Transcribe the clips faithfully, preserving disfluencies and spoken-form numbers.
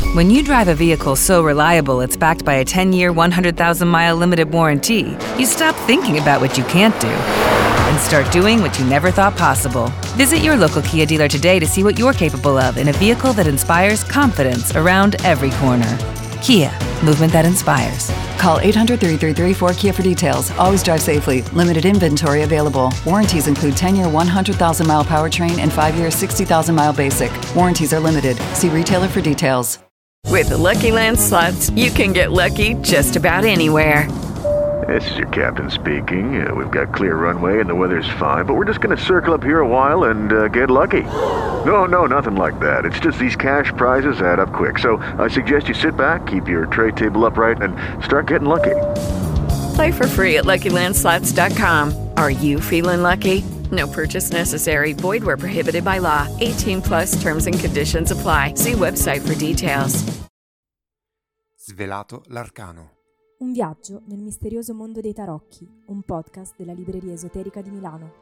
When you drive a vehicle so reliable it's backed by a ten-year, one hundred thousand mile limited warranty, you stop thinking about what you can't do and start doing what you never thought possible. Visit your local Kia dealer today to see what you're capable of in a vehicle that inspires confidence around every corner. Kia, movement that inspires. Call eight hundred, three three three, four Kia for details. Always drive safely. Limited inventory available. Warranties include ten-year, one hundred thousand mile powertrain and five-year, sixty thousand mile basic. Warranties are limited. See retailer for details. With the Lucky Land Slots, you can get lucky just about anywhere. This is your captain speaking. Uh, we've got clear runway and the weather's fine, but we're just going to circle up here a while and uh, get lucky. No, no, nothing like that. It's just these cash prizes add up quick. So I suggest you sit back, keep your tray table upright, and start getting lucky. Play for free at Lucky Land Slots dot com. Are you feeling lucky? No purchase necessary. Void where prohibited by law. eighteen plus terms and conditions apply. See website for details. Svelato l'arcano. Un viaggio nel misterioso mondo dei tarocchi, un podcast della Libreria Esoterica di Milano.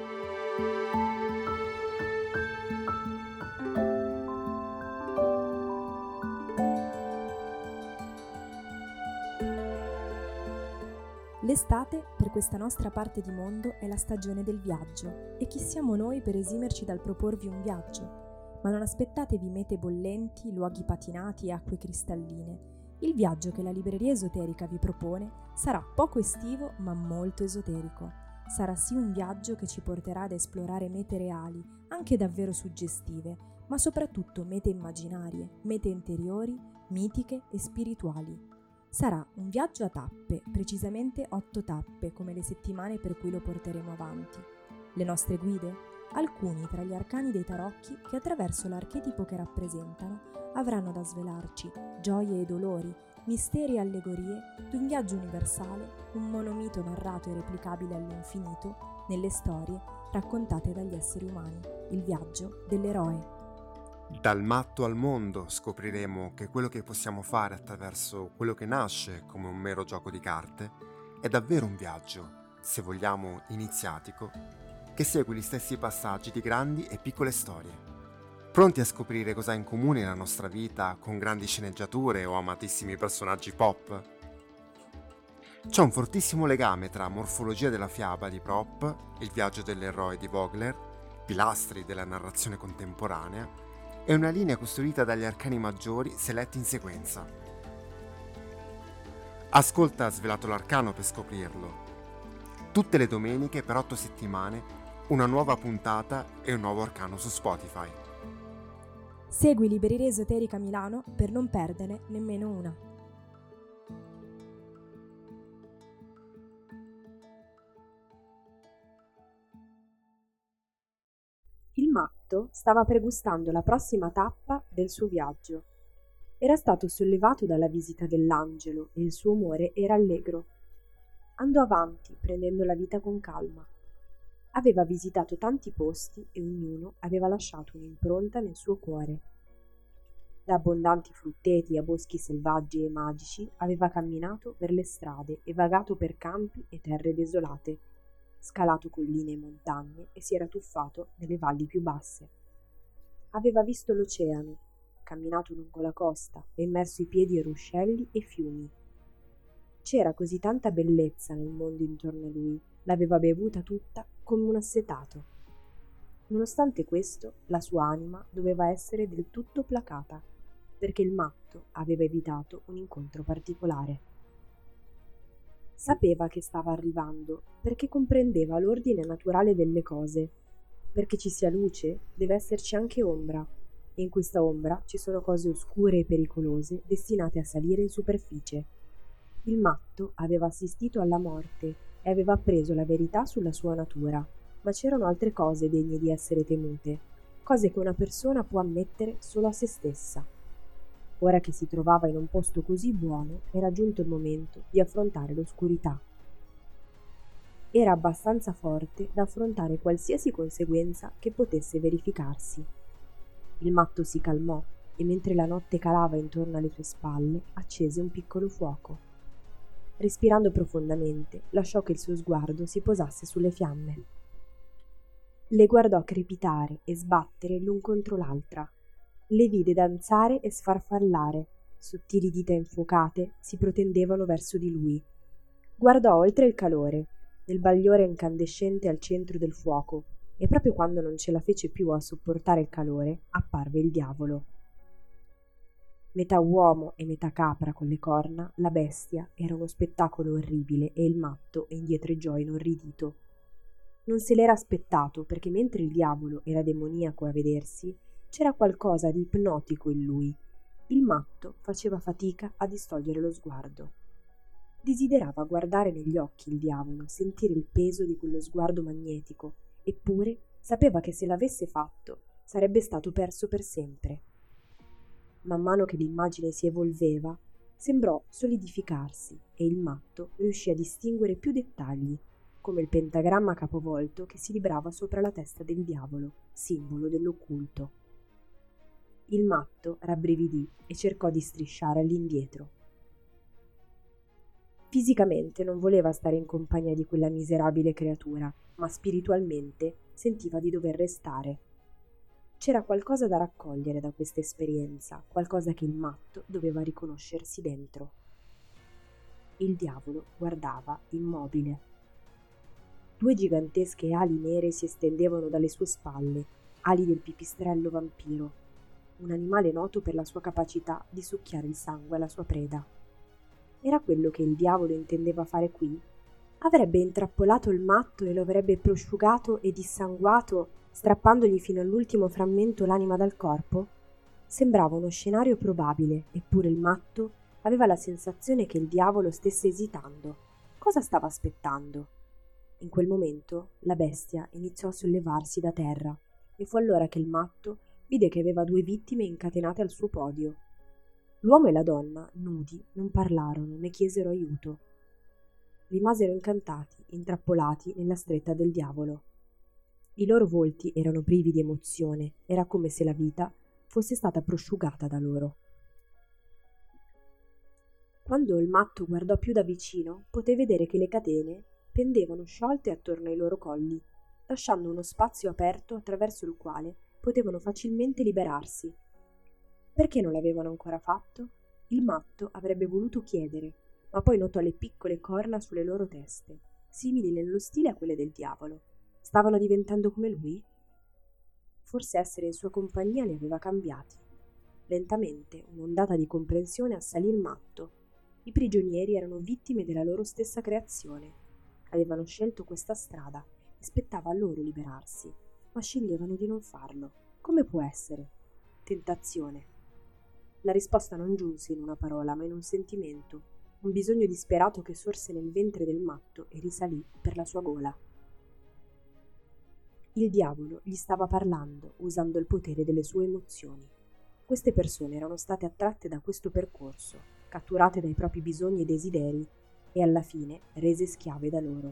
L'estate, per questa nostra parte di mondo, è la stagione del viaggio, e chi siamo noi per esimerci dal proporvi un viaggio? Ma non aspettatevi mete bollenti, luoghi patinati e acque cristalline. Il viaggio che la Libreria Esoterica vi propone sarà poco estivo ma molto esoterico. Sarà sì un viaggio che ci porterà ad esplorare mete reali, anche davvero suggestive, ma soprattutto mete immaginarie, mete interiori, mitiche e spirituali. Sarà un viaggio a tappe, precisamente otto tappe, come le settimane per cui lo porteremo avanti. Le nostre guide? Alcuni tra gli arcani dei tarocchi che attraverso l'archetipo che rappresentano avranno da svelarci gioie e dolori, misteri e allegorie di un viaggio universale, un monomito narrato e replicabile all'infinito nelle storie raccontate dagli esseri umani, il viaggio dell'eroe. Dal matto al mondo scopriremo che quello che possiamo fare attraverso quello che nasce come un mero gioco di carte è davvero un viaggio, se vogliamo iniziatico, che segue gli stessi passaggi di grandi e piccole storie. Pronti a scoprire cosa ha in comune la nostra vita con grandi sceneggiature o amatissimi personaggi pop? C'è un fortissimo legame tra Morfologia della fiaba di Propp, Il viaggio dell'eroe di Vogler, pilastri della narrazione contemporanea, e una linea costruita dagli arcani maggiori seletti in sequenza. Ascolta Svelato l'arcano per scoprirlo. Tutte le domeniche per otto settimane, una nuova puntata e un nuovo arcano su Spotify. Segui Libreria Esoterica Milano per non perderne nemmeno una. Il matto stava pregustando la prossima tappa del suo viaggio. Era stato sollevato dalla visita dell'angelo e il suo umore era allegro. Andò avanti, prendendo la vita con calma. Aveva visitato tanti posti e ognuno aveva lasciato un'impronta nel suo cuore. Da abbondanti frutteti a boschi selvaggi e magici aveva camminato per le strade e vagato per campi e terre desolate, scalato colline e montagne e si era tuffato nelle valli più basse. Aveva visto l'oceano, camminato lungo la costa e immerso i piedi in ruscelli e fiumi. C'era così tanta bellezza nel mondo intorno a lui, l'aveva bevuta tutta come un assetato. Nonostante questo, la sua anima doveva essere del tutto placata, perché il matto aveva evitato un incontro particolare. Sapeva che stava arrivando perché comprendeva l'ordine naturale delle cose. Perché ci sia luce, deve esserci anche ombra, e in questa ombra ci sono cose oscure e pericolose destinate a salire in superficie. Il matto aveva assistito alla morte e aveva appreso la verità sulla sua natura, ma c'erano altre cose degne di essere temute, cose che una persona può ammettere solo a se stessa. Ora che si trovava in un posto così buono, era giunto il momento di affrontare l'oscurità. Era abbastanza forte da affrontare qualsiasi conseguenza che potesse verificarsi. Il matto si calmò e mentre la notte calava intorno alle sue spalle, accese un piccolo fuoco. Respirando profondamente, lasciò che il suo sguardo si posasse sulle fiamme. Le guardò crepitare e sbattere l'un contro l'altra. Le vide danzare e sfarfallare. Sottili dita infuocate si protendevano verso di lui. Guardò oltre il calore, nel bagliore incandescente al centro del fuoco, e proprio quando non ce la fece più a sopportare il calore, apparve il diavolo. Metà uomo e metà capra con le corna, la bestia era uno spettacolo orribile e il matto indietreggiò inorridito. Non se l'era aspettato perché mentre il diavolo era demoniaco a vedersi, c'era qualcosa di ipnotico in lui. Il matto faceva fatica a distogliere lo sguardo. Desiderava guardare negli occhi il diavolo, sentire il peso di quello sguardo magnetico, eppure sapeva che se l'avesse fatto sarebbe stato perso per sempre. Man mano che l'immagine si evolveva, sembrò solidificarsi e il matto riuscì a distinguere più dettagli, come il pentagramma capovolto che si librava sopra la testa del diavolo, simbolo dell'occulto. Il matto rabbrividì e cercò di strisciare all'indietro. Fisicamente non voleva stare in compagnia di quella miserabile creatura, ma spiritualmente sentiva di dover restare. C'era qualcosa da raccogliere da questa esperienza, qualcosa che il matto doveva riconoscersi dentro. Il diavolo guardava immobile. Due gigantesche ali nere si estendevano dalle sue spalle, ali del pipistrello vampiro, un animale noto per la sua capacità di succhiare il sangue alla sua preda. Era quello che il diavolo intendeva fare qui? Avrebbe intrappolato il matto e lo avrebbe prosciugato e dissanguato, strappandogli fino all'ultimo frammento l'anima dal corpo? Sembrava uno scenario probabile, eppure il matto aveva la sensazione che il diavolo stesse esitando. Cosa stava aspettando? In quel momento la bestia iniziò a sollevarsi da terra e fu allora che il matto vide che aveva due vittime incatenate al suo podio. L'uomo e la donna, nudi, non parlarono né chiesero aiuto. Rimasero incantati, intrappolati nella stretta del diavolo. I loro volti erano privi di emozione, era come se la vita fosse stata prosciugata da loro. Quando il matto guardò più da vicino, poté vedere che le catene pendevano sciolte attorno ai loro colli, lasciando uno spazio aperto attraverso il quale potevano facilmente liberarsi. Perché non l'avevano ancora fatto? Il matto avrebbe voluto chiedere, ma poi notò le piccole corna sulle loro teste, simili nello stile a quelle del diavolo. Stavano diventando come lui? Forse essere in sua compagnia li aveva cambiati. Lentamente un'ondata di comprensione assalì il matto. I prigionieri erano vittime della loro stessa creazione. Avevano scelto questa strada e spettava a loro liberarsi, ma sceglievano di non farlo. Come può essere? Tentazione. La risposta non giunse in una parola, ma in un sentimento, un bisogno disperato che sorse nel ventre del matto e risalì per la sua gola. Il diavolo gli stava parlando, usando il potere delle sue emozioni. Queste persone erano state attratte da questo percorso, catturate dai propri bisogni e desideri, e alla fine rese schiave da loro.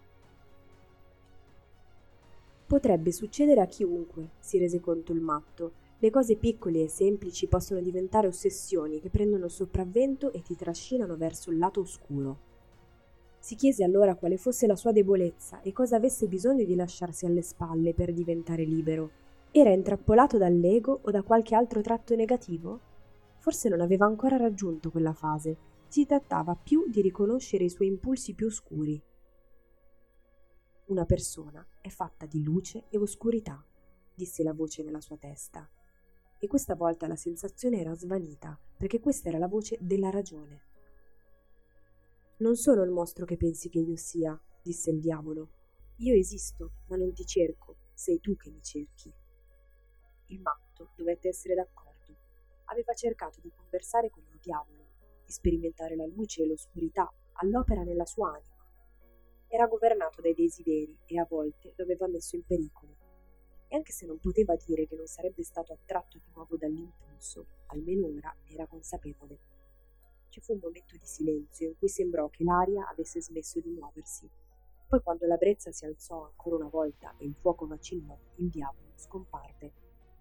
Potrebbe succedere a chiunque, si rese conto il matto. Le cose piccole e semplici possono diventare ossessioni che prendono sopravvento e ti trascinano verso il lato oscuro. Si chiese allora quale fosse la sua debolezza e cosa avesse bisogno di lasciarsi alle spalle per diventare libero. Era intrappolato dall'ego o da qualche altro tratto negativo? Forse non aveva ancora raggiunto quella fase. Si trattava più di riconoscere i suoi impulsi più oscuri. Una persona è fatta di luce e oscurità, disse la voce nella sua testa. E questa volta la sensazione era svanita, perché questa era la voce della ragione. Non sono il mostro che pensi che io sia, disse il diavolo. Io esisto, ma non ti cerco, sei tu che mi cerchi. Il matto dovette essere d'accordo. Aveva cercato di conversare con il diavolo, di sperimentare la luce e l'oscurità all'opera nella sua anima. Era governato dai desideri e a volte lo aveva messo in pericolo. E anche se non poteva dire che non sarebbe stato attratto di nuovo dall'impulso, almeno ora era consapevole. Ci fu un momento di silenzio in cui sembrò che l'aria avesse smesso di muoversi. Poi quando la brezza si alzò ancora una volta e il fuoco vacillò, il diavolo scomparve.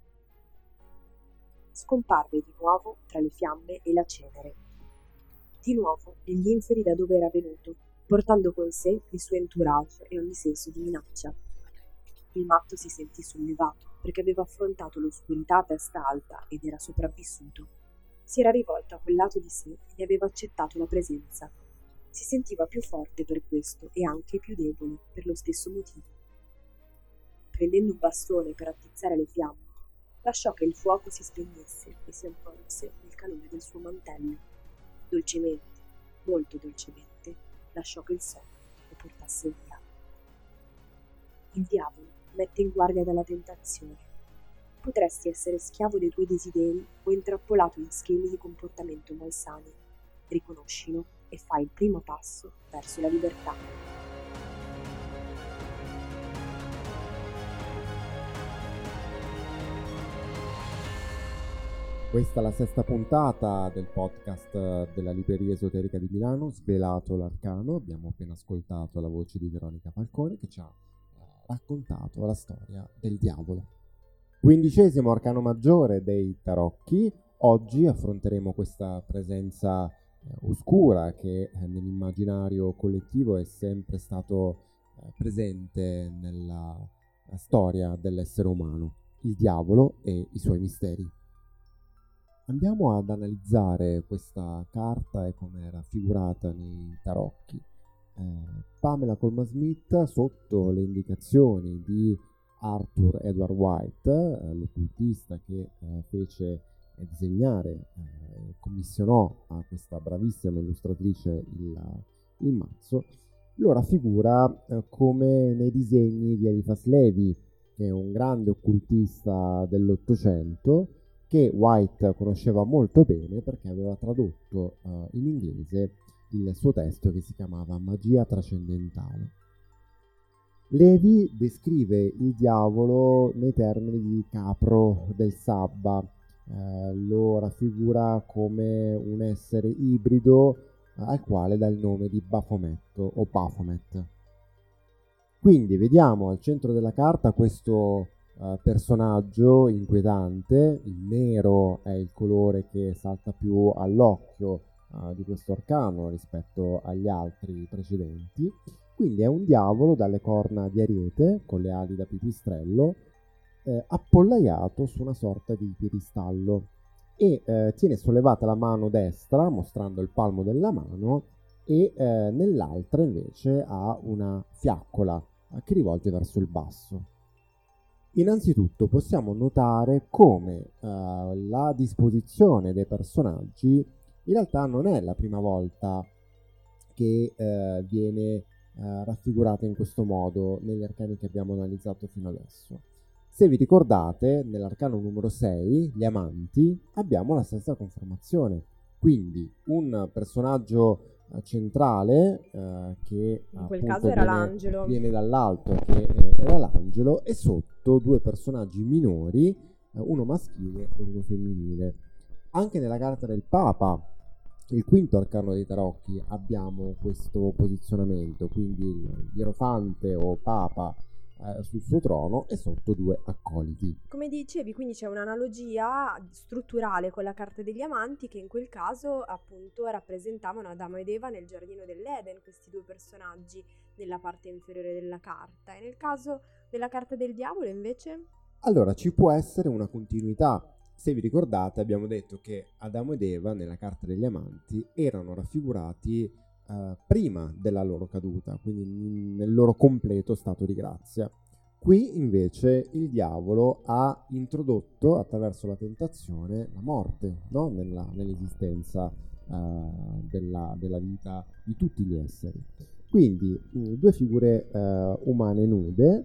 Scomparve di nuovo tra le fiamme e la cenere. Di nuovo negli inferi da dove era venuto, portando con sé il suo entourage e ogni senso di minaccia. Il matto si sentì sollevato, perché aveva affrontato l'oscurità a testa alta ed era sopravvissuto, si era rivolto a quel lato di sé e aveva accettato la presenza. Si sentiva più forte per questo e anche più debole per lo stesso motivo. Prendendo un bastone per attizzare le fiamme, lasciò che il fuoco si spegnesse e si avvolse nel calore del suo mantello. Dolcemente, molto dolcemente, lasciò che il sonno lo portasse via. Il diavolo mette in guardia dalla tentazione. Potresti essere schiavo dei tuoi desideri o intrappolato in schemi di comportamento malsani. Riconoscilo e fai il primo passo verso la libertà. Questa è la sesta puntata del podcast della Libreria Esoterica di Milano, Svelato l'Arcano. Abbiamo appena ascoltato la voce di Veronica Falcone che ci ha eh, raccontato la storia del diavolo. Quindicesimo arcano maggiore dei tarocchi. Oggi affronteremo questa presenza eh, oscura che eh, nell'immaginario collettivo è sempre stato eh, presente nella storia dell'essere umano, il diavolo e i suoi misteri. Andiamo ad analizzare questa carta e come era raffigurata nei tarocchi. Eh, Pamela Colman Smith, sotto le indicazioni di Arthur Edward White, eh, l'occultista che eh, fece eh, disegnare e eh, commissionò a questa bravissima illustratrice il, il mazzo, lo raffigura eh, come nei disegni di Eliphas Levi, che è un grande occultista dell'Ottocento, che White conosceva molto bene perché aveva tradotto uh, in inglese il suo testo che si chiamava Magia trascendentale. Levi descrive il diavolo nei termini di capro del sabba, eh, lo raffigura come un essere ibrido eh, al quale dà il nome di Baphomet o Baphomet. Quindi vediamo al centro della carta questo Uh, personaggio inquietante. Il nero è il colore che salta più all'occhio uh, di questo arcano rispetto agli altri precedenti. Quindi è un diavolo dalle corna di ariete con le ali da pipistrello, eh, appollaiato su una sorta di piedistallo e eh, tiene sollevata la mano destra mostrando il palmo della mano e eh, nell'altra invece ha una fiaccola eh, che rivolge verso il basso. Innanzitutto possiamo notare come uh, la disposizione dei personaggi in realtà non è la prima volta che uh, viene uh, raffigurata in questo modo negli arcani che abbiamo analizzato fino adesso. Se vi ricordate, nell'arcano numero sei, gli amanti, abbiamo la stessa conformazione. Quindi un personaggio centrale eh, che in quel caso era viene, l'angelo viene dall'alto che eh, era l'angelo e sotto due personaggi minori, eh, uno maschile e uno femminile. Anche nella carta del Papa, il quinto arcano dei tarocchi, abbiamo questo posizionamento, quindi il Ierofante o Papa eh, sul suo trono e sotto due accoliti. Come dicevi, quindi c'è un'analogia strutturale con la carta degli amanti che in quel caso appunto rappresentavano Adamo ed Eva nel giardino dell'Eden, questi due personaggi nella parte inferiore della carta. E nel caso della carta del diavolo invece? Allora ci può essere una continuità. Se vi ricordate abbiamo detto che Adamo ed Eva nella carta degli amanti erano raffigurati Uh, prima della loro caduta, quindi nel loro completo stato di grazia. Qui invece il diavolo ha introdotto attraverso la tentazione la morte, no? Nella, nell'esistenza uh, della, della vita di tutti gli esseri. Quindi mh, due figure uh, umane nude,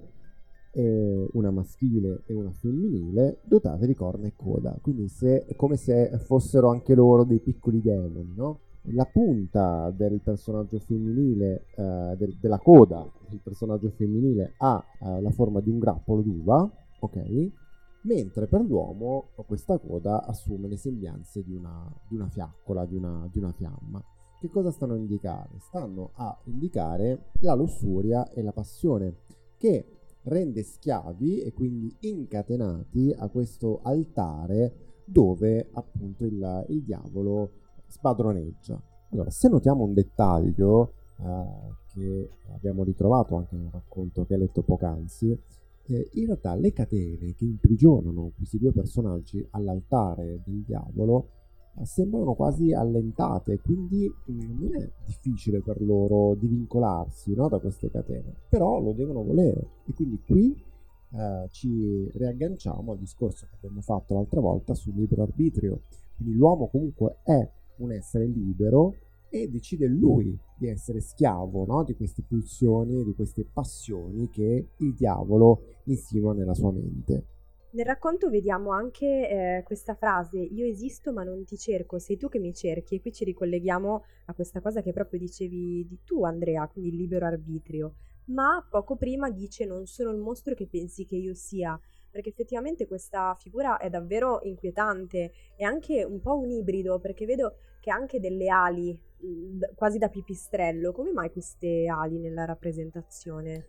eh, una maschile e una femminile, dotate di corna e coda, quindi se, è come se fossero anche loro dei piccoli demoni, no? La punta del personaggio femminile, eh, del, della coda del personaggio femminile ha eh, la forma di un grappolo d'uva, ok? Mentre per l'uomo questa coda assume le sembianze di una, di una fiaccola, di una, di una fiamma. Che cosa stanno a indicare? Stanno a indicare la lussuria e la passione, che rende schiavi e quindi incatenati a questo altare dove appunto il, il diavolo spadroneggia. Allora, se notiamo un dettaglio eh, che abbiamo ritrovato anche nel racconto che hai letto poc'anzi, eh, in realtà le catene che imprigionano questi due personaggi all'altare del diavolo eh, sembrano quasi allentate, quindi mh, non è difficile per loro divincolarsi, no, da queste catene, però lo devono volere. E quindi qui eh, ci riagganciamo al discorso che abbiamo fatto l'altra volta sul libero arbitrio. Quindi l'uomo comunque è un essere libero e decide lui di essere schiavo, no, di queste pulsioni, di queste passioni che il diavolo insinua nella sua mente. Nel racconto vediamo anche eh, questa frase: io esisto ma non ti cerco, sei tu che mi cerchi, e qui ci ricolleghiamo a questa cosa che proprio dicevi di tu, Andrea, quindi il libero arbitrio. Ma poco prima dice: non sono il mostro che pensi che io sia, perché effettivamente questa figura è davvero inquietante, è anche un po' un ibrido, perché vedo che ha anche delle ali, mh, d- quasi da pipistrello. Come mai queste ali nella rappresentazione?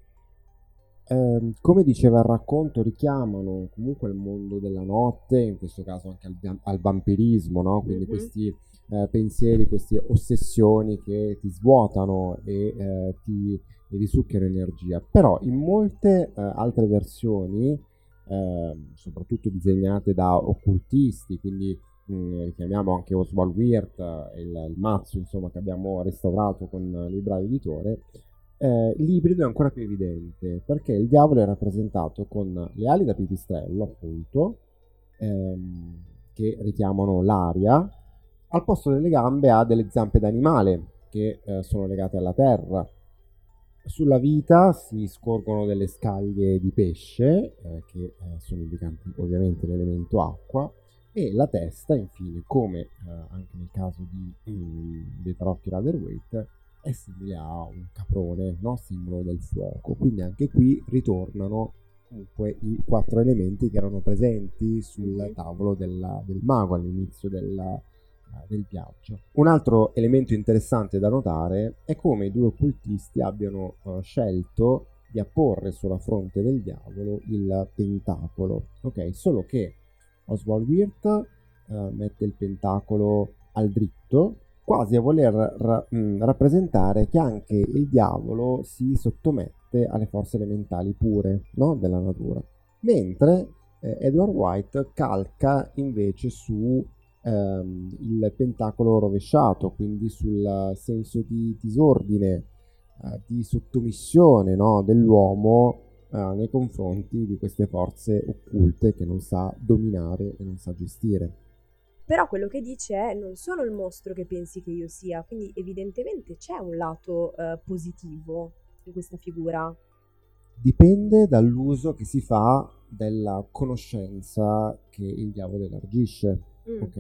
Eh, come diceva il racconto, richiamano comunque il mondo della notte, in questo caso anche al, va- al vampirismo, no? Quindi Mhm. questi eh, pensieri, queste ossessioni che ti svuotano e eh, ti e risucchiano energia. Però in molte eh, altre versioni, eh, soprattutto disegnate da occultisti, quindi mh, richiamiamo anche Oswald Wirth, eh, il, il mazzo insomma che abbiamo restaurato con il libraio editore, eh, l'ibrido è ancora più evidente perché il diavolo è rappresentato con le ali da pipistrello, appunto, ehm, che richiamano l'aria. Al posto delle gambe ha delle zampe d'animale che eh, sono legate alla terra. Sulla vita si scorgono delle scaglie di pesce, eh, che eh, sono indicanti ovviamente l'elemento acqua, e la testa, infine, come eh, anche nel caso di, mm, dei tarocchi Rider-Waite, è simile a un caprone, no? Simbolo del fuoco. Quindi anche qui ritornano comunque i quattro elementi che erano presenti sul tavolo della, del mago all'inizio della, eh, del viaggio. Un altro elemento interessante da notare è come i due occultisti abbiano eh, scelto di apporre sulla fronte del diavolo il pentacolo, ok? Solo che Oswald Wirth eh, mette il pentacolo al dritto, quasi a voler ra- mh, rappresentare che anche il diavolo si sottomette alle forze elementali pure, no? Della natura. Mentre eh, Edward White calca invece su ehm, il pentacolo rovesciato, quindi sul senso di disordine, eh, di sottomissione, no? Dell'uomo eh, nei confronti di queste forze occulte che non sa dominare e non sa gestire. Però quello che dice è: non sono il mostro che pensi che io sia, quindi evidentemente c'è un lato eh, positivo in questa figura. Dipende dall'uso che si fa della conoscenza che il diavolo elargisce, Mm. ok?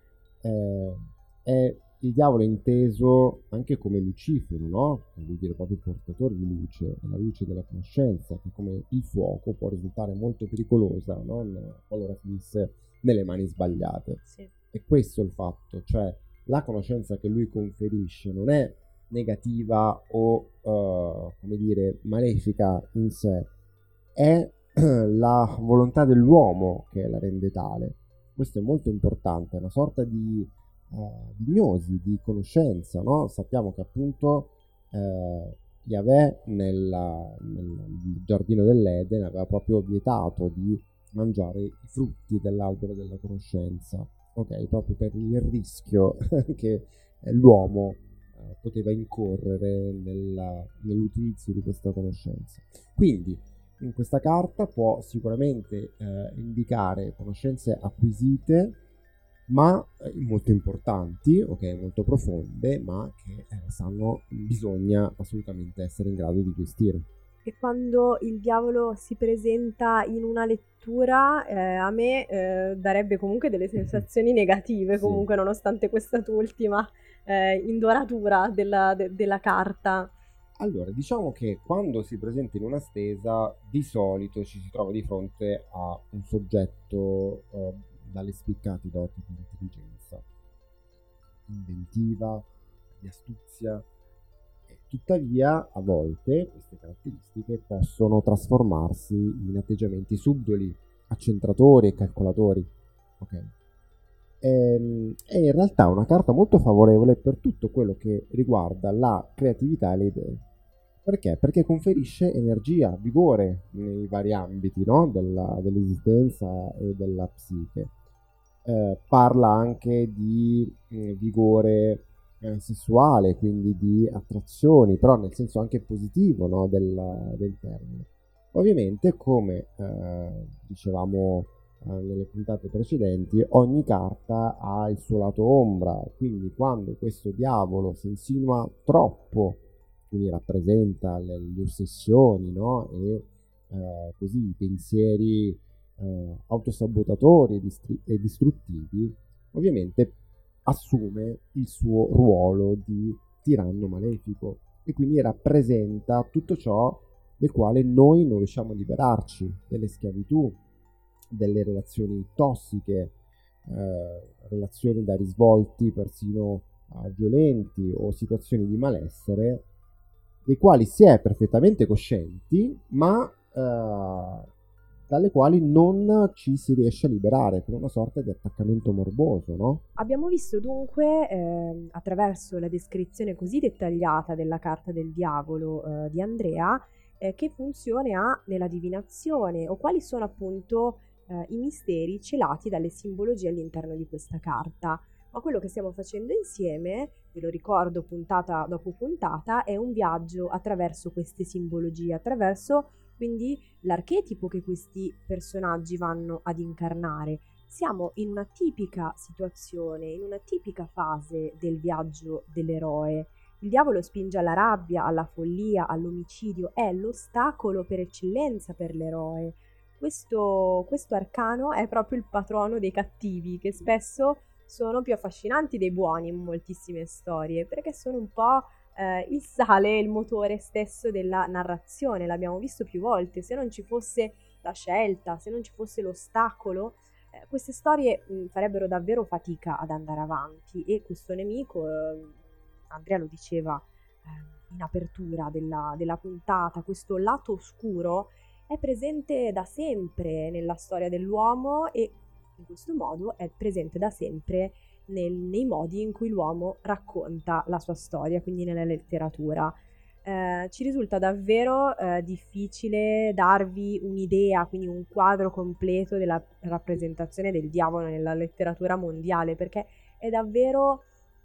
Eh, è il diavolo è inteso anche come Lucifero, no? Che vuol dire proprio portatore di luce, è la luce della conoscenza, che come il fuoco può risultare molto pericolosa, no? Qualora finisse nelle mani sbagliate. Sì. E questo è il fatto, cioè la conoscenza che lui conferisce non è negativa o, uh, come dire, malefica in sé, è la volontà dell'uomo che la rende tale. Questo è molto importante, è una sorta di, uh, di gnosi, di conoscenza, no? Sappiamo che appunto uh, Yahweh nella, nel giardino dell'Eden aveva proprio vietato di mangiare i frutti dell'albero della conoscenza, ok? Proprio per il rischio che l'uomo eh, poteva incorrere nella, nell'utilizzo di questa conoscenza. Quindi in questa carta può sicuramente eh, indicare conoscenze acquisite, ma eh, molto importanti, ok, molto profonde, ma che eh, sanno, bisogna assolutamente essere in grado di gestire. E quando il diavolo si presenta in una lettura, eh, a me eh, darebbe comunque delle sensazioni negative, Sì. comunque, nonostante quest'ultima eh, indoratura della, de- della carta. Allora, diciamo che quando si presenta in una stesa, di solito ci si trova di fronte a un soggetto eh, dalle spiccate doti di intelligenza, inventiva, di astuzia. Tuttavia, a volte queste caratteristiche possono trasformarsi in atteggiamenti subdoli, accentratori e calcolatori. Ok? Ehm, È in realtà una carta molto favorevole per tutto quello che riguarda la creatività e le idee. Perché? Perché conferisce energia, vigore nei vari ambiti, no? Della, dell'esistenza e della psiche. Eh, parla anche di eh, vigore eh, sessuale, quindi di attrazioni, però nel senso anche positivo, no? del, del termine. Ovviamente, come eh, dicevamo eh, nelle puntate precedenti, ogni carta ha il suo lato ombra, quindi quando questo diavolo si insinua troppo, quindi rappresenta le, le ossessioni, no? e eh, così i pensieri eh, autosabotatori e, distri- e distruttivi, ovviamente assume il suo ruolo di tiranno malefico e quindi rappresenta tutto ciò del quale noi non riusciamo a liberarci, delle schiavitù, delle relazioni tossiche, eh, relazioni da risvolti persino eh, violenti o situazioni di malessere, dei quali si è perfettamente coscienti, ma eh, dalle quali non ci si riesce a liberare per una sorta di attaccamento morboso, no? Abbiamo visto dunque, eh, attraverso la descrizione così dettagliata della carta del diavolo eh, di Andrea, eh, che funzione ha nella divinazione o quali sono appunto eh, i misteri celati dalle simbologie all'interno di questa carta. Ma quello che stiamo facendo insieme, ve lo ricordo puntata dopo puntata, è un viaggio attraverso queste simbologie, attraverso quindi l'archetipo che questi personaggi vanno ad incarnare. Siamo in una tipica situazione, in una tipica fase del viaggio dell'eroe. Il diavolo spinge alla rabbia, alla follia, all'omicidio, è l'ostacolo per eccellenza per l'eroe. Questo, questo arcano è proprio il patrono dei cattivi, che spesso sono più affascinanti dei buoni in moltissime storie, perché sono un po' eh, il sale e il motore stesso della narrazione. L'abbiamo visto più volte. Se non ci fosse la scelta, se non ci fosse l'ostacolo, eh, queste storie mh, farebbero davvero fatica ad andare avanti. E questo nemico, eh, Andrea lo diceva eh, in apertura della, della puntata, questo lato oscuro è presente da sempre nella storia dell'uomo e in questo modo è presente da sempre nel, nei modi in cui l'uomo racconta la sua storia, quindi nella letteratura. Eh, ci risulta davvero eh, difficile darvi un'idea, quindi un quadro completo della rappresentazione del diavolo nella letteratura mondiale, perché è davvero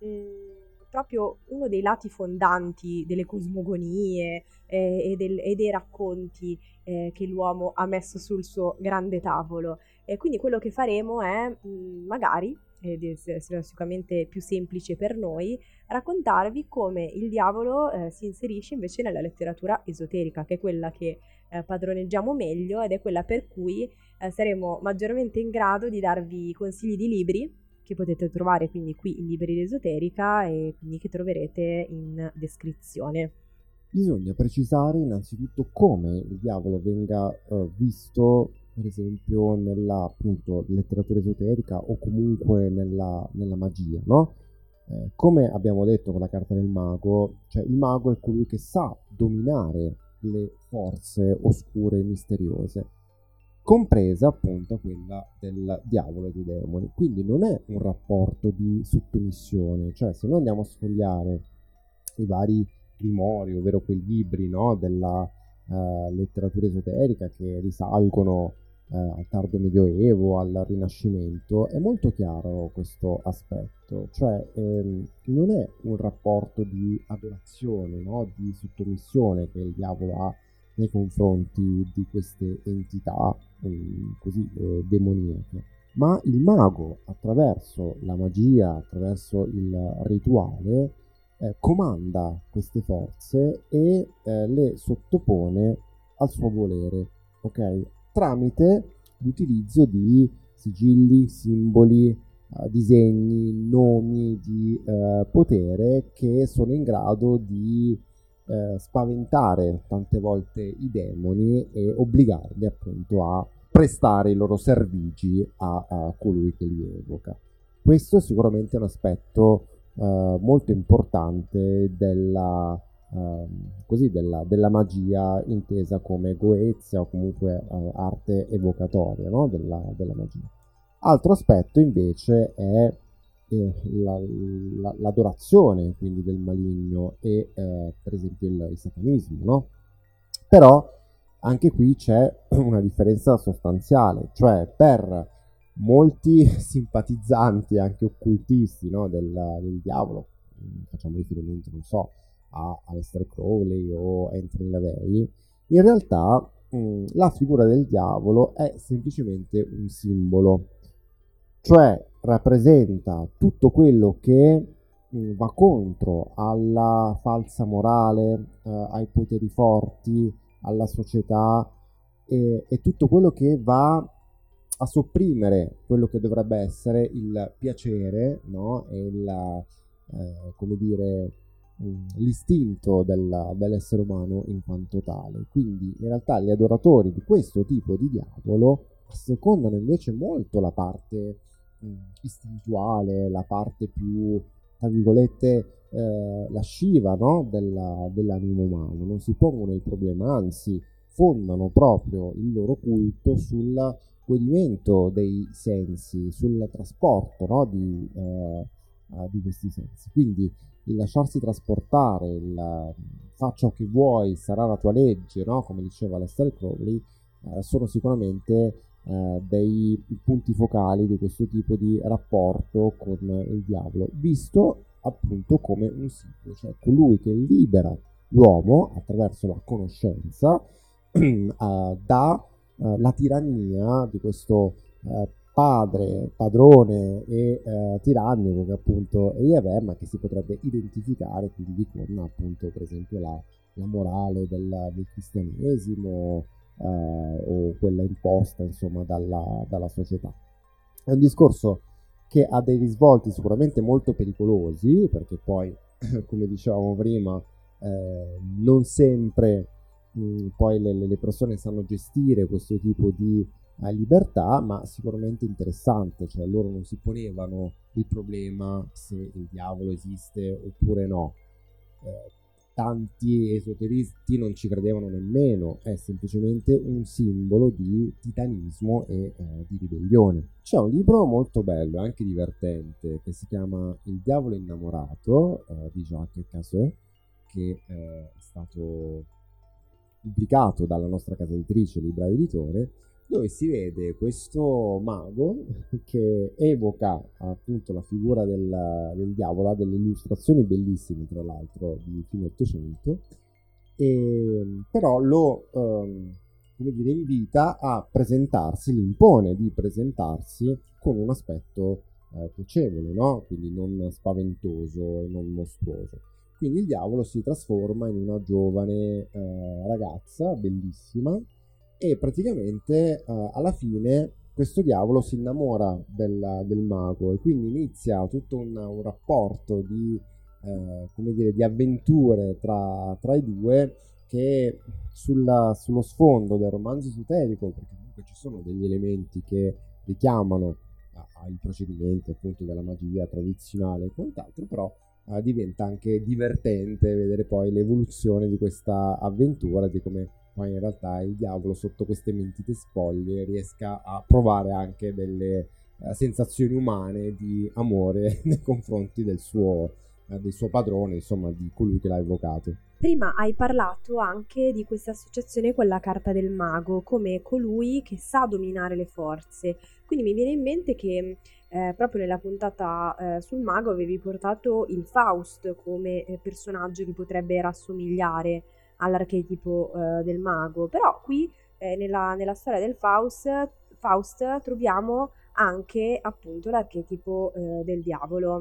mh, proprio uno dei lati fondanti delle cosmogonie eh, e, del, e dei racconti eh, che l'uomo ha messo sul suo grande tavolo. E quindi quello che faremo è mh, magari, ed è sicuramente più semplice per noi, raccontarvi come il diavolo eh, si inserisce invece nella letteratura esoterica, che è quella che eh, padroneggiamo meglio ed è quella per cui eh, saremo maggiormente in grado di darvi consigli di libri che potete trovare quindi qui in Libreria Esoterica e quindi che troverete in descrizione. Bisogna precisare innanzitutto come il diavolo venga eh, visto, per esempio, nella appunto letteratura esoterica o comunque nella, nella magia, no? Eh, come abbiamo detto con la carta del mago, cioè il mago è colui che sa dominare le forze oscure e misteriose, compresa appunto quella del diavolo e dei demoni. Quindi non è un rapporto di sottomissione, cioè se noi andiamo a sfogliare i vari grimori, ovvero quei libri, no, della uh, letteratura esoterica che risalgono uh, al tardo medioevo, al Rinascimento, è molto chiaro questo aspetto, cioè ehm, non è un rapporto di adorazione, no, di sottomissione che il diavolo ha nei confronti di queste entità um, così eh, demoniache, ma il mago attraverso la magia, attraverso il rituale, Eh, comanda queste forze e eh, le sottopone al suo volere, ok? Tramite l'utilizzo di sigilli, simboli, eh, disegni, nomi di eh, potere che sono in grado di eh, spaventare tante volte i demoni e obbligarli appunto a prestare i loro servigi a, a colui che li evoca. Questo è sicuramente un aspetto Uh, molto importante della, uh, così, della, della magia intesa come goezia o comunque uh, arte evocatoria, no? della, della magia. Altro aspetto invece è eh, la, la, l'adorazione quindi del maligno e eh, per esempio il, il satanismo, no? Però anche qui c'è una differenza sostanziale, cioè per molti simpatizzanti, anche occultisti, no, del, del diavolo, facciamo riferimento, non so, a Aleister Crowley o Anthony LaVey, in realtà mh, la figura del diavolo è semplicemente un simbolo, cioè rappresenta tutto quello che mh, va contro alla falsa morale, eh, ai poteri forti, alla società e, e tutto quello che va a sopprimere quello che dovrebbe essere il piacere, no? E il, eh, come dire, mh, l'istinto della, dell'essere umano in quanto tale. Quindi in realtà gli adoratori di questo tipo di diavolo assecondano invece molto la parte mh, istintuale, la parte più, tra virgolette, eh, lasciva, no? Della, dell'animo umano. Non si pongono il problema, anzi fondano proprio il loro culto sul godimento dei sensi, sul trasporto, no? di, eh, uh, di questi sensi. Quindi il lasciarsi trasportare, il uh, fa ciò che vuoi, sarà la tua legge, no? Come diceva Aleister Crowley, uh, sono sicuramente uh, dei punti focali di questo tipo di rapporto con il diavolo, visto appunto come un simbolo, cioè colui che libera l'uomo attraverso la conoscenza uh, da Uh, la tirannia di questo uh, padre, padrone e uh, tirannico che appunto è Yahweh, ma che si potrebbe identificare quindi con appunto per esempio la, la morale del, del cristianesimo uh, o quella imposta insomma dalla, dalla società. È un discorso che ha dei risvolti sicuramente molto pericolosi, perché poi come dicevamo prima eh, non sempre poi le, le persone sanno gestire questo tipo di eh, libertà, ma sicuramente interessante, cioè loro non si ponevano il problema se il diavolo esiste oppure no. Eh, tanti esoteristi non ci credevano nemmeno, è semplicemente un simbolo di titanismo e eh, di ribellione. C'è un libro molto bello, anche divertente, che si chiama Il diavolo innamorato eh, di Jacques Casseux, che eh, è stato pubblicato dalla nostra casa editrice, Libraio Editore, dove si vede questo mago che evoca appunto la figura del, del diavolo, ha delle illustrazioni bellissime tra l'altro di fine Ottocento, e però lo ehm, come dire, invita a presentarsi, gli impone di presentarsi con un aspetto eh, piacevole, no? Quindi non spaventoso e non mostruoso. Quindi il diavolo si trasforma in una giovane eh, ragazza, bellissima, e praticamente eh, alla fine questo diavolo si innamora del, del mago e quindi inizia tutto un, un rapporto di, eh, come dire, di avventure tra, tra i due che sulla, sullo sfondo del romanzo esoterico, perché comunque ci sono degli elementi che richiamano ai procedimenti appunto della magia tradizionale e quant'altro, però Uh, diventa anche divertente vedere poi l'evoluzione di questa avventura, di come poi in realtà il diavolo sotto queste mentite spoglie riesca a provare anche delle uh, sensazioni umane di amore nei confronti del suo, uh, del suo padrone, insomma di colui che l'ha evocato. Prima hai parlato anche di questa associazione con la carta del mago come colui che sa dominare le forze, quindi mi viene in mente che Eh, proprio nella puntata eh, sul mago avevi portato il Faust come eh, personaggio che potrebbe rassomigliare all'archetipo eh, del mago, però qui eh, nella, nella storia del Faust, Faust troviamo anche appunto l'archetipo eh, del diavolo,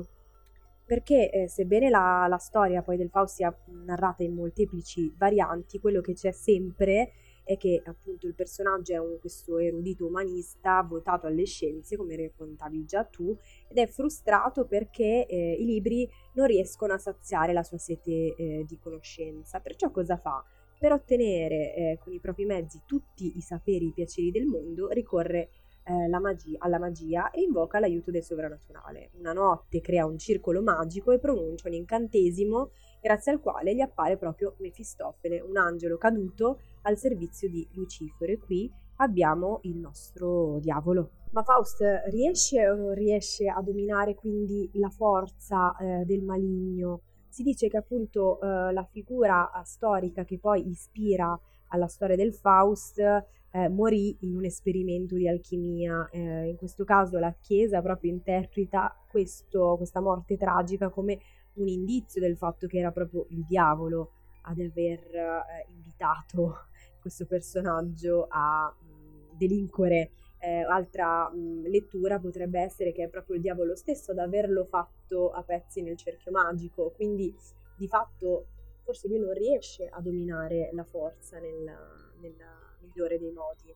perché eh, sebbene la, la storia poi del Faust sia narrata in molteplici varianti, quello che c'è sempre è che appunto il personaggio è un, questo erudito umanista votato alle scienze, come raccontavi già tu, ed è frustrato perché eh, i libri non riescono a saziare la sua sete eh, di conoscenza. Perciò cosa fa? Per ottenere eh, con i propri mezzi tutti i saperi e i piaceri del mondo, ricorre eh, la magia, alla magia e invoca l'aiuto del sovrannaturale. Una notte crea un circolo magico e pronuncia un incantesimo grazie al quale gli appare proprio Mefistofele, un angelo caduto al servizio di Lucifero, e qui abbiamo il nostro diavolo. Ma Faust riesce o non riesce a dominare quindi la forza eh, del maligno? Si dice che appunto eh, la figura eh, storica che poi ispira alla storia del Faust eh, morì in un esperimento di alchimia. Eh, in questo caso la Chiesa proprio interpreta questo, questa morte tragica come un indizio del fatto che era proprio il diavolo ad aver eh, invitato questo personaggio a mh, delinquere. Eh, altra mh, lettura potrebbe essere che è proprio il diavolo stesso ad averlo fatto a pezzi nel cerchio magico, quindi di fatto forse lui non riesce a dominare la forza nel, nel migliore dei modi.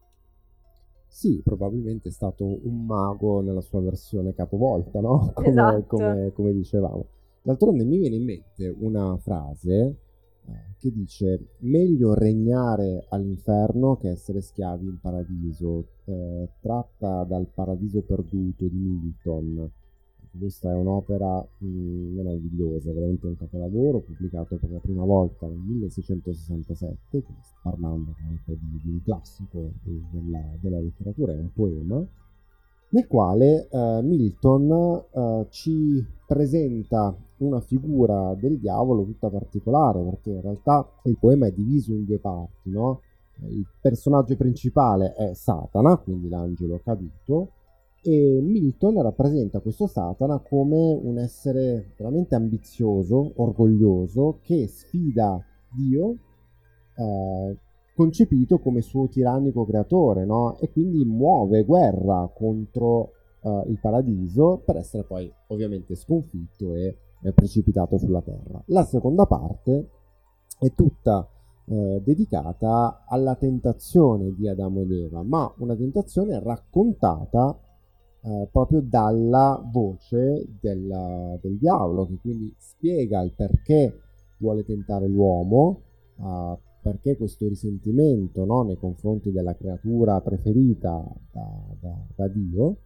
Sì, probabilmente è stato un mago nella sua versione capovolta, no? Come, Esatto. come, come dicevamo. D'altronde mi viene in mente una frase eh, che dice: meglio regnare all'inferno che essere schiavi in paradiso, eh, tratta dal Paradiso perduto di Milton. Questa è un'opera mh, meravigliosa, veramente un capolavoro, pubblicato per la prima volta nel milleseicentosessantasette, quindi sto parlando anche di, di un classico della, della letteratura, è un poema, nel quale eh, Milton eh, ci presenta una figura del diavolo tutta particolare, perché in realtà il poema è diviso in due parti, no? Il personaggio principale è Satana, quindi l'angelo caduto, e Milton rappresenta questo Satana come un essere veramente ambizioso, orgoglioso, che sfida Dio, eh, concepito come suo tirannico creatore, no? E quindi muove guerra contro eh, il paradiso per essere poi ovviamente sconfitto e eh, precipitato sulla terra. La seconda parte è tutta eh, dedicata alla tentazione di Adamo ed Eva, ma una tentazione raccontata Uh, proprio dalla voce del, del diavolo, che quindi spiega il perché vuole tentare l'uomo, uh, perché questo risentimento, no, nei confronti della creatura preferita da, da, da Dio,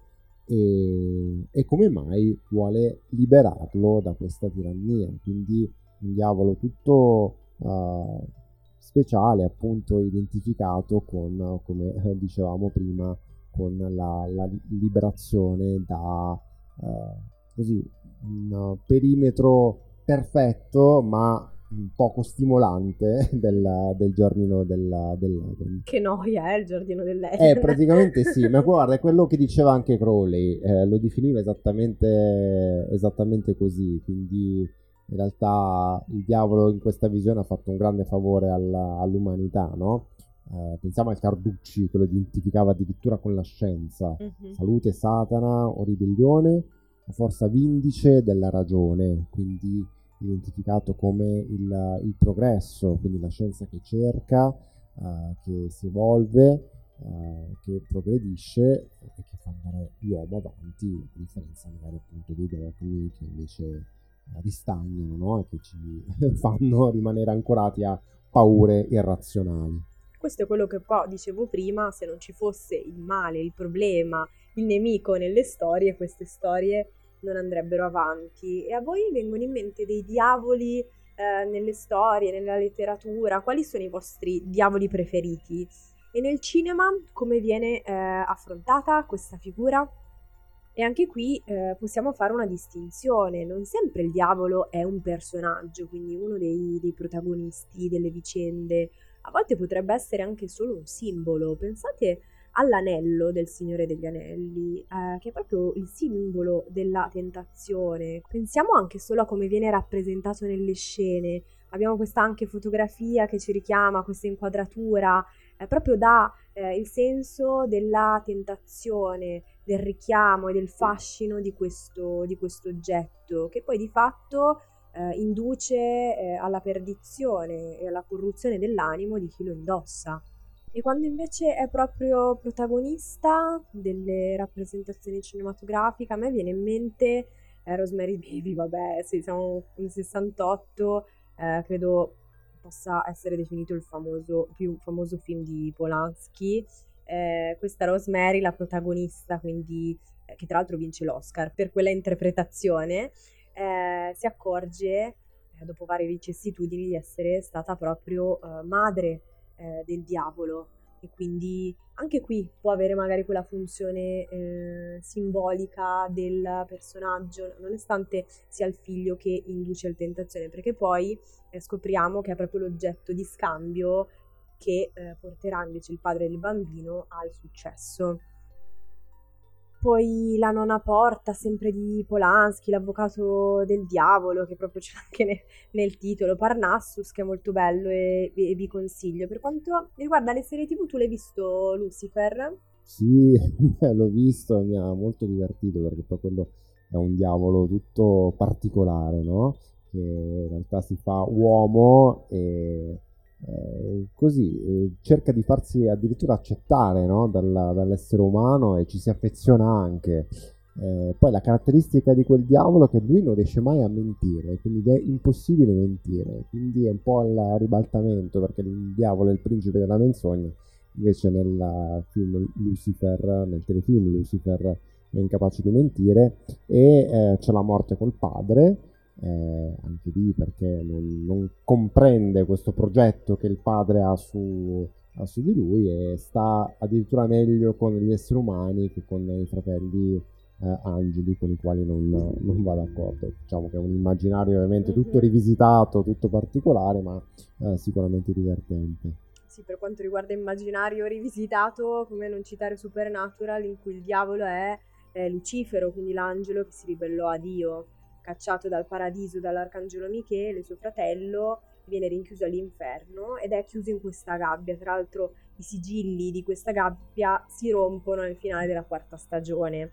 e, e come mai vuole liberarlo da questa tirannia. Quindi un diavolo tutto uh, speciale, appunto identificato con, come dicevamo prima, con la, la liberazione da eh, così un perimetro perfetto ma poco stimolante del, del giardino del, del, del... Che noia, eh, il giardino dell'Eden. Eh, praticamente sì, ma guarda, è quello che diceva anche Crowley, eh, lo definiva esattamente, esattamente così, quindi in realtà il diavolo in questa visione ha fatto un grande favore alla, all'umanità, no? Uh, pensiamo al Carducci, che lo identificava addirittura con la scienza. Mm-hmm. Salute Satana o ribellione, la forza vindice della ragione, quindi identificato come il, il progresso, quindi la scienza che cerca, uh, che si evolve, uh, che progredisce e che fa andare l'uomo avanti, a differenza magari appunto dei dogmi che invece uh, ristagnano, no? E che ci fanno rimanere ancorati a paure irrazionali. Questo è quello che poi dicevo prima: se non ci fosse il male, il problema, il nemico nelle storie, queste storie non andrebbero avanti. E a voi vengono in mente dei diavoli eh, nelle storie, nella letteratura? Quali sono i vostri diavoli preferiti? E nel cinema come viene eh, affrontata questa figura? E anche qui eh, possiamo fare una distinzione: non sempre il diavolo è un personaggio, quindi uno dei, dei protagonisti delle vicende. A volte potrebbe essere anche solo un simbolo. Pensate all'anello del Signore degli Anelli, eh, che è proprio il simbolo della tentazione. Pensiamo anche solo a come viene rappresentato nelle scene. Abbiamo questa anche fotografia che ci richiama, questa inquadratura, eh, proprio dà eh, il senso della tentazione, del richiamo e del fascino di questo, di questo oggetto, che poi di fatto eh, induce eh, alla perdizione e alla corruzione dell'animo di chi lo indossa. E quando invece è proprio protagonista delle rappresentazioni cinematografiche, a me viene in mente eh, Rosemary's Baby. Vabbè, sì, siamo nel sessantotto, eh, credo possa essere definito il famoso, più famoso film di Polanski. Eh, questa Rosemary, la protagonista, quindi eh, che tra l'altro vince l'Oscar per quella interpretazione, eh, si accorge, eh, dopo varie vicissitudini, di essere stata proprio eh, madre eh, del diavolo, e quindi anche qui può avere magari quella funzione eh, simbolica del personaggio, nonostante sia il figlio che induce alla tentazione, perché poi eh, scopriamo che è proprio l'oggetto di scambio che eh, porterà invece il padre del bambino al successo. Poi La nona porta, sempre di Polanski, l'avvocato del diavolo, che proprio c'è anche ne, nel titolo, Parnassus, che è molto bello e, e vi consiglio. Per quanto riguarda le serie tv, tu l'hai visto Lucifer? Sì, l'ho visto e mi ha molto divertito, perché poi quello è un diavolo tutto particolare, no? Che in realtà si fa uomo e eh, così eh, cerca di farsi addirittura accettare, no? Dalla- dall'essere umano, e ci si affeziona anche. Eh, poi la caratteristica di quel diavolo è che lui non riesce mai a mentire, quindi è impossibile mentire, quindi è un po' il ribaltamento, perché il diavolo è il principe della menzogna. Invece nel film Lucifer, nel telefilm Lucifer, è incapace di mentire, e eh, c'è la morte col padre, eh, anche lì perché non, non comprende questo progetto che il padre ha su, ha su di lui, e sta addirittura meglio con gli esseri umani che con i fratelli eh, angeli, con i quali non, non va d'accordo. Diciamo che è un immaginario ovviamente tutto rivisitato, tutto particolare, ma eh, sicuramente divertente. Sì, per quanto riguarda immaginario rivisitato, come non citare Supernatural, in cui il diavolo è eh, Lucifero, quindi l'angelo che si ribellò a Dio, cacciato dal paradiso dall'arcangelo Michele, suo fratello, viene rinchiuso all'inferno ed è chiuso in questa gabbia. Tra l'altro i sigilli di questa gabbia si rompono nel finale della quarta stagione,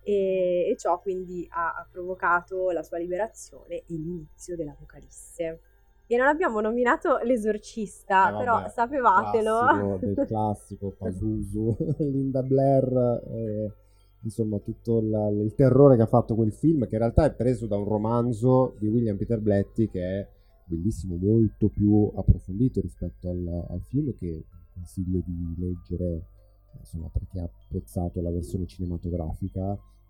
e, e ciò quindi ha, ha provocato la sua liberazione e l'inizio dell'Apocalisse. E non abbiamo nominato L'Esorcista, Eh, vabbè, però sapevatelo. classico del classico, Pazuzu, Linda Blair, eh, insomma tutto la- il terrore che ha fatto quel film, che in realtà è preso da un romanzo di William Peter Blatty, che è bellissimo, molto più approfondito rispetto al, al film, che consiglio di leggere, insomma, perché ha apprezzato la versione cinematografica.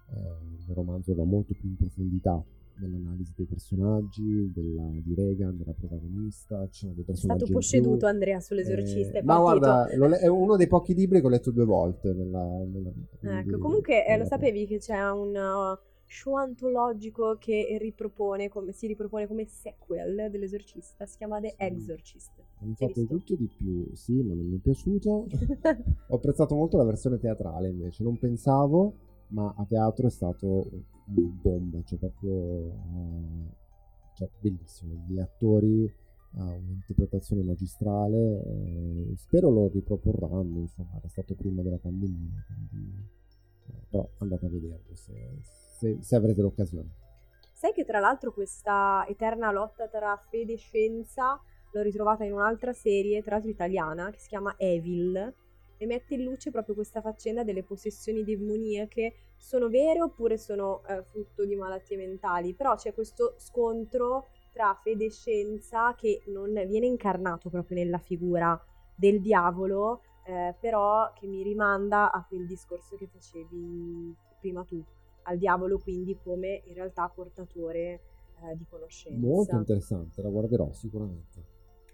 Eh, il romanzo va molto più in profondità nell'analisi dei personaggi, della, di Regan, della protagonista. Ci sono dei È personaggi stato in posseduto più. Andrea sull'Esorcista, Eh, è ma partito. guarda, lo le- è uno dei pochi libri che ho letto due volte nella, nella vita, Ecco, quindi, comunque eh, lo eh, sapevi che c'è un uh, show antologico che ripropone come, si ripropone come sequel dell'Esorcista, si chiama The Sì. Exorcist. hanno Hai fatto di visto? tutto e di più, sì, ma non mi è piaciuto. Ho apprezzato molto la versione teatrale, invece non pensavo, ma a teatro è stato una bomba, cioè proprio eh, cioè, bellissimo, gli attori, ha un'interpretazione magistrale, eh, spero lo riproporranno, insomma, era stato prima della pandemia, quindi, eh, però andate a vederlo se, se, se avrete l'occasione. Sai che tra l'altro questa eterna lotta tra fede e scienza l'ho ritrovata in un'altra serie, tra l'altro italiana, che si chiama Evil, e mette in luce proprio questa faccenda delle possessioni demoniache. Sono vere oppure sono eh, frutto di malattie mentali? Però c'è questo scontro tra fede e scienza che non viene incarnato proprio nella figura del diavolo, eh, però che mi rimanda a quel discorso che facevi prima tu, al diavolo quindi come in realtà portatore eh, di conoscenza. Molto interessante, la guarderò sicuramente.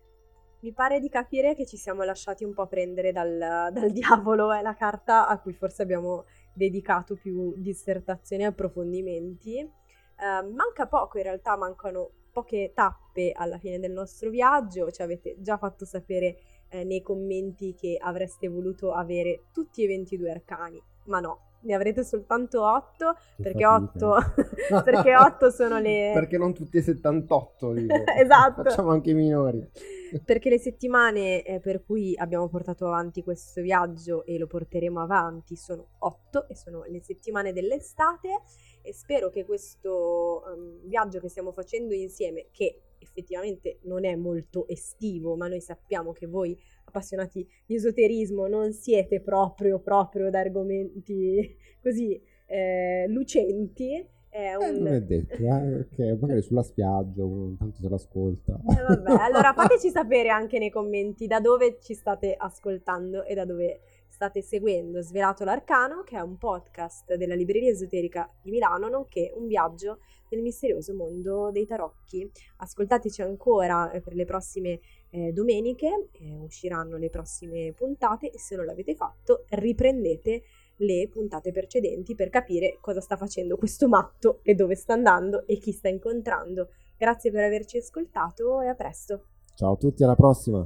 Mi pare di capire che ci siamo lasciati un po' prendere dal, dal diavolo, è la carta a cui forse abbiamo dedicato più dissertazioni e approfondimenti. Eh, manca poco, in realtà mancano poche tappe alla fine del nostro viaggio. Ci avete già fatto sapere eh, nei commenti che avreste voluto avere tutti e ventidue arcani, ma no, ne avrete soltanto otto, Che perché fatica. otto, perché otto sono le... Perché non tutti e settantotto, dico. Esatto. Facciamo anche i minori. Perché le settimane eh, per cui abbiamo portato avanti questo viaggio e lo porteremo avanti sono otto, e sono le settimane dell'estate, e spero che questo um, viaggio che stiamo facendo insieme, che effettivamente non è molto estivo, ma noi sappiamo che voi appassionati di esoterismo non siete proprio proprio da argomenti così eh, lucenti. È un... Eh, non è detto, eh, perché magari sulla spiaggia uno tanto se l'ascolta. Eh, vabbè, allora fateci sapere anche nei commenti da dove ci state ascoltando e da dove state seguendo Svelato l'Arcano, che è un podcast della Libreria Esoterica di Milano, nonché un viaggio nel misterioso mondo dei tarocchi. Ascoltateci ancora per le prossime eh, domeniche, eh, usciranno le prossime puntate, e se non l'avete fatto riprendete le puntate precedenti per capire cosa sta facendo questo matto e dove sta andando e chi sta incontrando. Grazie per averci ascoltato e a presto. Ciao a tutti, alla prossima.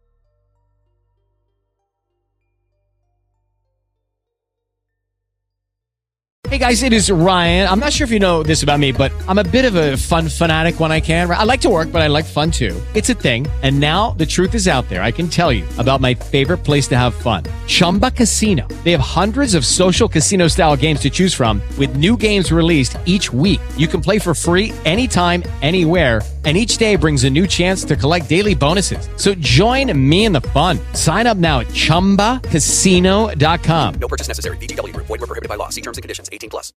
Hey guys, it is Ryan. I'm not sure if you know this about me, but I'm a bit of a fun fanatic when I can. I like to work, but I like fun too. It's a thing. And now the truth is out there. I can tell you about my favorite place to have fun. Chumba Casino. They have hundreds of social casino style games to choose from with new games released each week. You can play for free anytime, anywhere. And each day brings a new chance to collect daily bonuses. So join me in the fun. Sign up now at chumba casino dot com. No purchase necessary. V G W Group. Void where prohibited by law. See terms and conditions. eighteen plus.